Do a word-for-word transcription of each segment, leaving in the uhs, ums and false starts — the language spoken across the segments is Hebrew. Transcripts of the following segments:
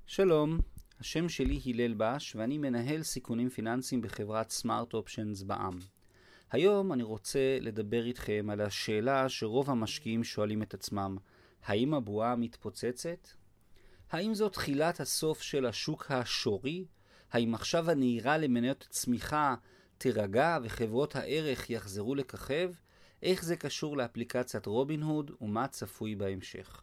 שלום, השם שלי הלל בש ואני מנהל סיכונים פיננסיים בחברת סמארט אופשנס בע"מ. היום אני רוצה לדבר איתכם על השאלה שרוב המשקיעים שואלים את עצמם, האם הבועה מתפוצצת? האם זו תחילת הסוף של השוק השורי? האם עכשיו הנהירה למניות צמיחה תירגע וחברות הערך יחזרו לככב? איך זה קשור לאפליקציית רובין הוד ומה צפוי בהמשך?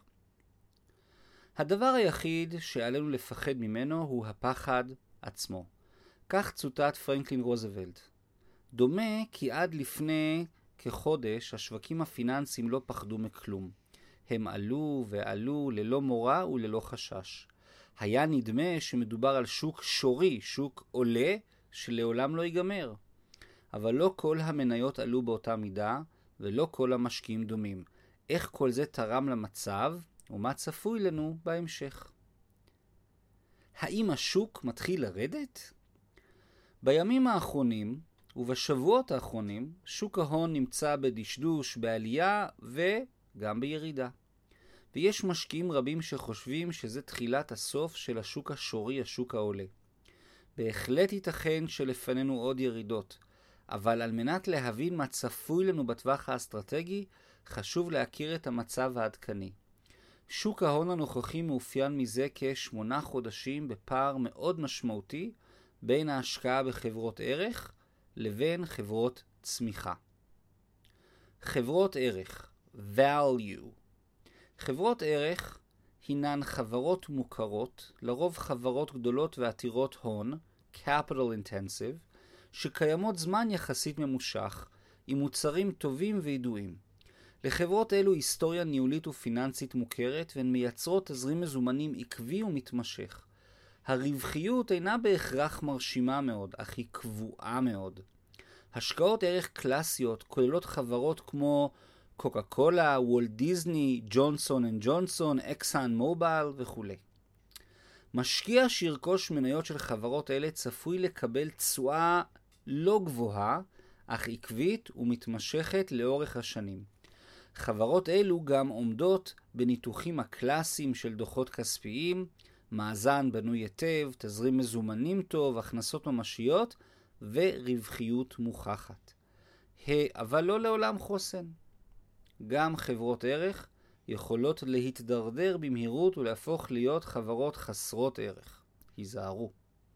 הדבר היחיד שעלינו לפחד ממנו הוא הפחד עצמו. כך צוטט פרנקלין רוזוולט. דומה כי עד לפני כחודש השווקים הפיננסיים לא פחדו מכלום. הם עלו ועלו ללא מורא וללא חשש. היה נדמה שמדובר על שוק שורי, שוק עולה שלעולם לא ייגמר. אבל לא כל המניות עלו באותה מידה ולא כל המשקיעים דומים. איך כל זה תרם למצב ומה צפוי לנו בהמשך? האם השוק מתחיל לרדת? בימים האחרונים ובשבועות האחרונים שוק ההון נמצא בדשדוש, בעלייה וגם בירידה. ויש משקיעים רבים שחושבים שזה תחילת הסוף של השוק השורי, השוק העולה. בהחלט ייתכן שלפנינו עוד ירידות, אבל על מנת להבין מה צפוי לנו בטווח האסטרטגי, חשוב להכיר את המצב העדכני. שוק ההון הנוכחי מאופיין מזה כשמונה חודשים בפער מאוד משמעותי בין ההשקעה בחברות ערך לבין חברות צמיחה. חברות ערך, value. חברות ערך הינן חברות מוכרות, לרוב חברות גדולות ועתירות הון, capital intensive, שקיימות זמן יחסית ממושך, עם מוצרים טובים וידועים. לחברות אלו היסטוריה ניהולית ופיננסית מוכרת, והן מייצרות תזרים מזומנים עקבי ומתמשך. הרווחיות אינה בהכרח מרשימה מאוד, אך היא קבועה מאוד. השקעות ערך קלאסיות כוללות חברות כמו קוקה קולה, וולט דיזני, ג'ונסון אנד ג'ונסון, אקסן מובייל וכו'. משקיע שירכוש מניות של חברות אלה צפוי לקבל תשואה לא גבוהה, אך עקבית ומתמשכת לאורך השנים. חברות אלו גם עומדות בניתוחים הקלאסיים של דוחות כספיים, מאזן בנוי היטב, תזרים מזומנים טוב, הכנסות ממשיות ורווחיות מוכחת. אבל לא לעולם חוסן. גם חברות ערך יכולות להתדרדר במהירות ולהפוך להיות חברות חסרות ערך. היזהרו.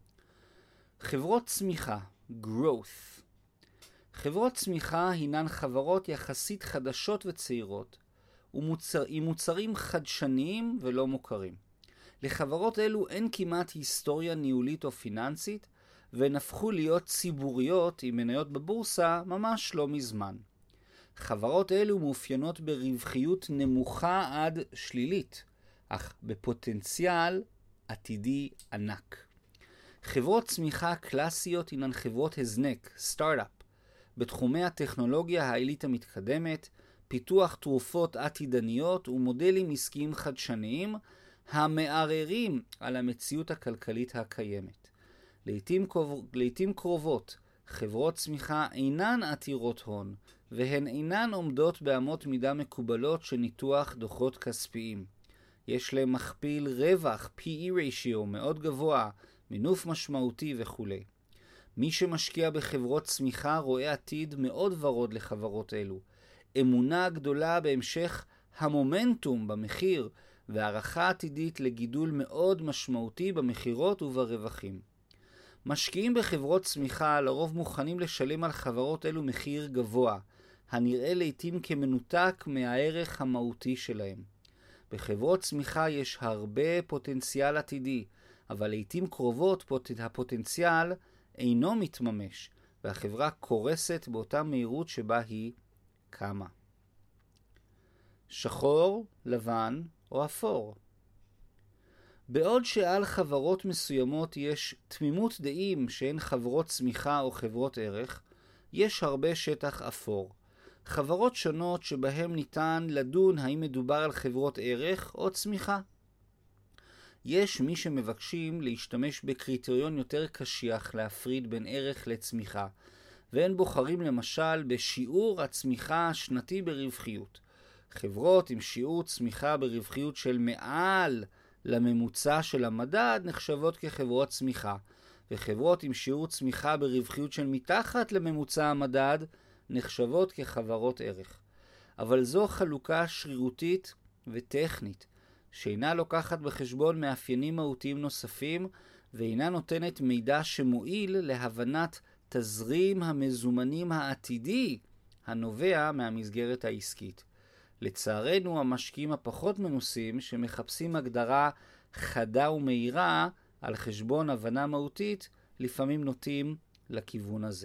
חברות צמיחה, growth. חברות צמיחה הינן חברות יחסית חדשות וצעירות, ומוצר, עם מוצרים חדשניים ולא מוכרים. לחברות אלו אין כמעט היסטוריה ניהולית או פיננסית, והן הפכו להיות ציבוריות עם מניות בבורסה ממש לא מזמן. חברות אלו מאופיינות ברווחיות נמוכה עד שלילית, אך בפוטנציאל עתידי ענק. חברות צמיחה קלאסיות הינן חברות הזנק, סטארט-אפ, בתחומי הטכנולוגיה העילית המתקדמת, פיתוח תרופות עתידניות ומודלים עסקיים חדשניים המערערים על המציאות הכלכלית הקיימת. לעתים, לעתים קרובות חברות צמיחה אינן עתירות הון, והן אינן עומדות באמות מידה מקובלות של ניתוח דוחות כספיים. יש להם מכפיל רווח, פי אי ratio, מאוד גבוה, מינוף משמעותי וכו'. מי שמשקיע בחברות צמיחה רואה עתיד מאוד ורוד לחברות אלו. אמונה גדולה בהמשך המומנטום במחיר והערכה עתידית לגידול מאוד משמעותי במחירות וברווחים. משקיעים בחברות צמיחה לרוב מוכנים לשלם על חברות אלו מחיר גבוה, הנראה לעתים כמנותק מהערך המהותי שלהם. בחברות צמיחה יש הרבה פוטנציאל עתידי, אבל לעתים קרובות הפוטנציאל אינו מתממש, והחברה קורסת באותה מהירות שבה היא קמה. שחור, לבן או אפור. בעוד שעל חברות מסוימות יש תמימות דעים שהן חברות צמיחה או חברות ערך, יש הרבה שטח אפור. חברות שונות שבהן ניתן לדון האם מדובר על חברות ערך או צמיחה. יש מי שמבקשים להשתמש בקריטריון יותר קשיח להפריד בין ערך לצמיחה, והן בוחרים למשל בשיעור הצמיחה השנתי ברווחיות. חברות עם שיעור צמיחה ברווחיות של מעל לממוצע של המדד נחשבות כחברות צמיחה, וחברות עם שיעור צמיחה ברווחיות של מתחת לממוצע המדד נחשבות כחברות ערך. אבל זו חלוקה שרירותית וטכנית, שאינה לוקחת בחשבון מאפיינים מהותיים נוספים, ואינה נותנת מידע שמועיל להבנת תזרים המזומנים העתידי הנובע מהמסגרת העסקית. לצערנו, המשקיעים הפחות מנוסים שמחפשים הגדרה חדה ומהירה על חשבון הבנה מהותית, לפעמים נוטים לכיוון הזה.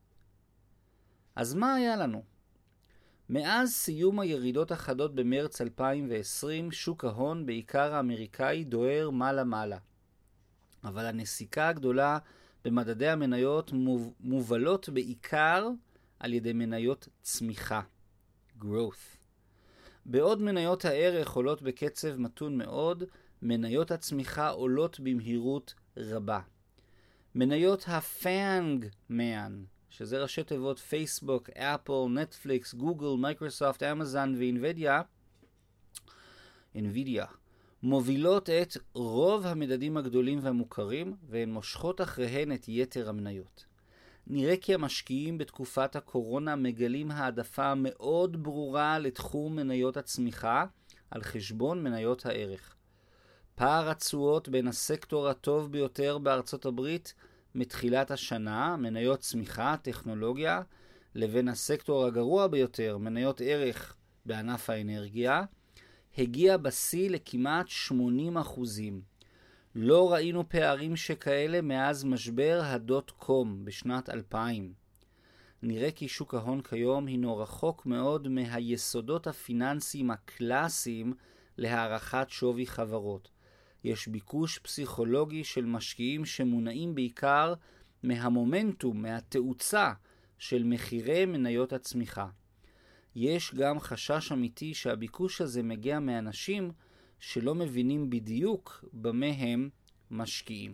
אז מה היה לנו? מאז סיום הירידות החדות במרץ אלפיים ועשרים, שוק ההון, בעיקר האמריקאי, דוהר מעלה-מעלה. אבל הנסיקה הגדולה במדדי המניות מובלות בעיקר על ידי מניות צמיחה, growth. בעוד מניות הערך עולות בקצב מתון מאוד, מניות הצמיחה עולות במהירות רבה. מניות הפאנג מן, שזה ראשי תיבות פייסבוק, אפל, נטפליקס, גוגל, מייקרוסופט, אמזון ואינווידיה, אינווידיה, מובילות את רוב המדדים הגדולים והמוכרים, והן מושכות אחריהן את יתר המניות. נראה כי המשקיעים בתקופת הקורונה מגלים העדפה מאוד ברורה לתחום מניות הצמיחה על חשבון מניות הערך. פער התשואות בין הסקטור הטוב ביותר בארצות הברית מתחילת השנה, מניות צמיחה, טכנולוגיה, לבין הסקטור הגרוע ביותר, מניות ערך בענף האנרגיה, הגיע בשיא לכמעט שמונים אחוזים. לא ראינו פערים שכאלה מאז משבר הדוט קום בשנת אלפיים. נראה כי שוק ההון כיום הינו רחוק מאוד מהיסודות הפיננסיים הקלאסיים להערכת שווי חברות. יש ביקוש פסיכולוגי של משקיעים שמונעים בעיקר מהמומנטום, מהתאוצה של מחירי מניות הצמיחה. יש גם חשש אמיתי שהביקוש הזה מגיע מאנשים שלא מבינים בדיוק במה הם משקיעים.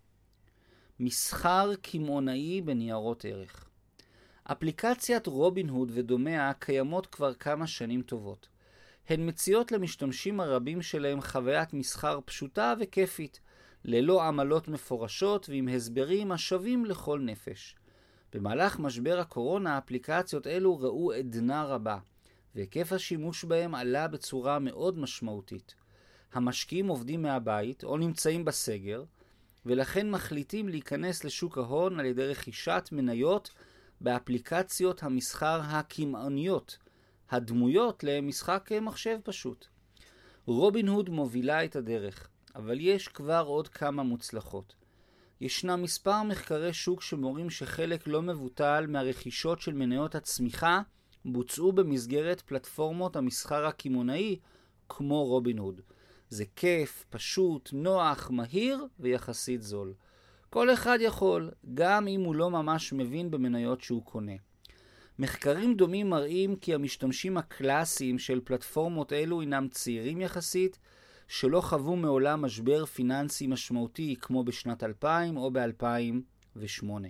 מסחר קמעונאי בניירות ערך. אפליקציית רובין הוד ודומיה קיימות כבר כמה שנים טובות. הן מציעות למשתמשים הרבים שלהם חוויית מסחר פשוטה וכיפית, ללא עמלות מפורשות ועם הסברים השווים לכל נפש. במהלך משבר הקורונה האפליקציות אלו ראו עדנה רבה, והיקף השימוש בהם עלה בצורה מאוד משמעותית. המשקיעים עובדים מהבית או נמצאים בסגר, ולכן מחליטים להיכנס לשוק ההון על ידי רכישת מניות באפליקציות המסחר הקמעוניות, הדמויות למשחק מחשב פשוט. רובין הוד מובילה את הדרך, אבל יש כבר עוד כמה מוצלחות. ישנם מספר מחקרי שוק שמורים שחלק לא מבוטל מהרכישות של מניות הצמיחה בוצעו במסגרת פלטפורמות המסחר הקמעונאי כמו רובין הוד. זה כיף, פשוט, נוח, מהיר ויחסית זול. כל אחד יכול, גם אם הוא לא ממש מבין במניות שהוא קונה. מחקרים דומים מראים כי המשתמשים הקלאסיים של פלטפורמות אלו הינם צעירים יחסית, שלא חוו מעולם משבר פיננסי משמעותי כמו בשנת אלפיים או ב-אלפיים ושמונה.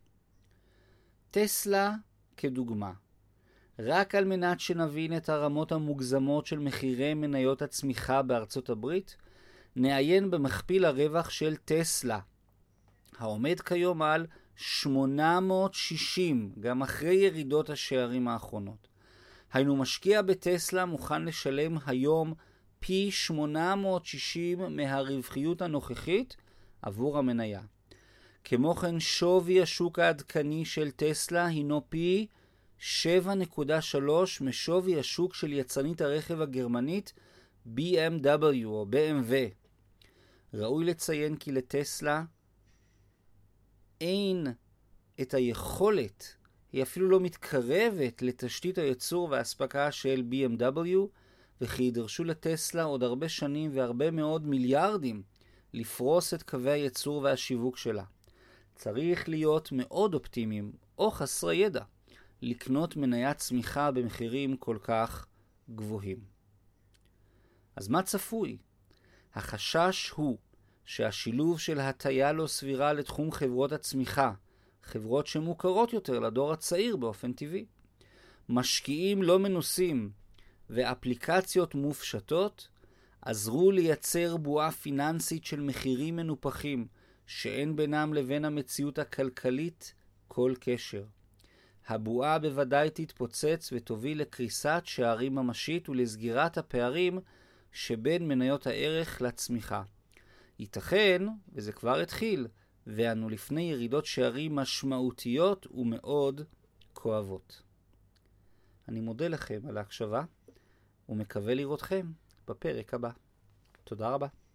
טסלה כדוגמה. רק על מנת שנבין את הרמות המוגזמות של מחירי מניות הצמיחה בארצות הברית, נעיין במכפיל הרווח של טסלה, העומד כיום על שמונה מאות ושישים, גם אחרי ירידות השערים האחרונות. היינו משקיע בטסלה מוכן לשלם היום פי שמונה מאות ושישים מהרווחיות הנוכחית עבור המניה. כמו כן, שווי השוק העדכני של טסלה הינו פי שבע נקודה שלוש משווי השוק של יצרנית הרכב הגרמנית בי אם דאבליו או בי אם דאבליו. ראוי לציין כי לטסלה אין את היכולת, היא אפילו לא מתקרבת לתשתית הייצור וההספקה של בי אם דאבליו, וכי ידרשו לטסלה עוד הרבה שנים והרבה מאוד מיליארדים לפרוס את קווי הייצור והשיווק שלה. צריך להיות מאוד אופטימיים או חסרי ידע לקנות מניית צמיחה במחירים כל כך גבוהים. אז מה צפוי? החשש הוא שהשילוב של הטיה לא סבירה לתחום חברות הצמיחה, חברות שמוכרות יותר לדור הצעיר באופן טבעי, משקיעים לא מנוסים ואפליקציות מופשטות, עזרו לייצר בועה פיננסית של מחירים מנופחים, שאין בינם לבין המציאות הכלכלית כל קשר. הבועה בוודאי תתפוצץ ותוביל לקריסת שערים ממשית ולסגירת הפערים שבין מניות הערך לצמיחה. ייתכן, וזה כבר התחיל, ואנו לפני ירידות שערים משמעותיות ומאוד כואבות. אני מודה לכם על ההקשבה ומקווה לראותכם בפרק הבא. תודה רבה.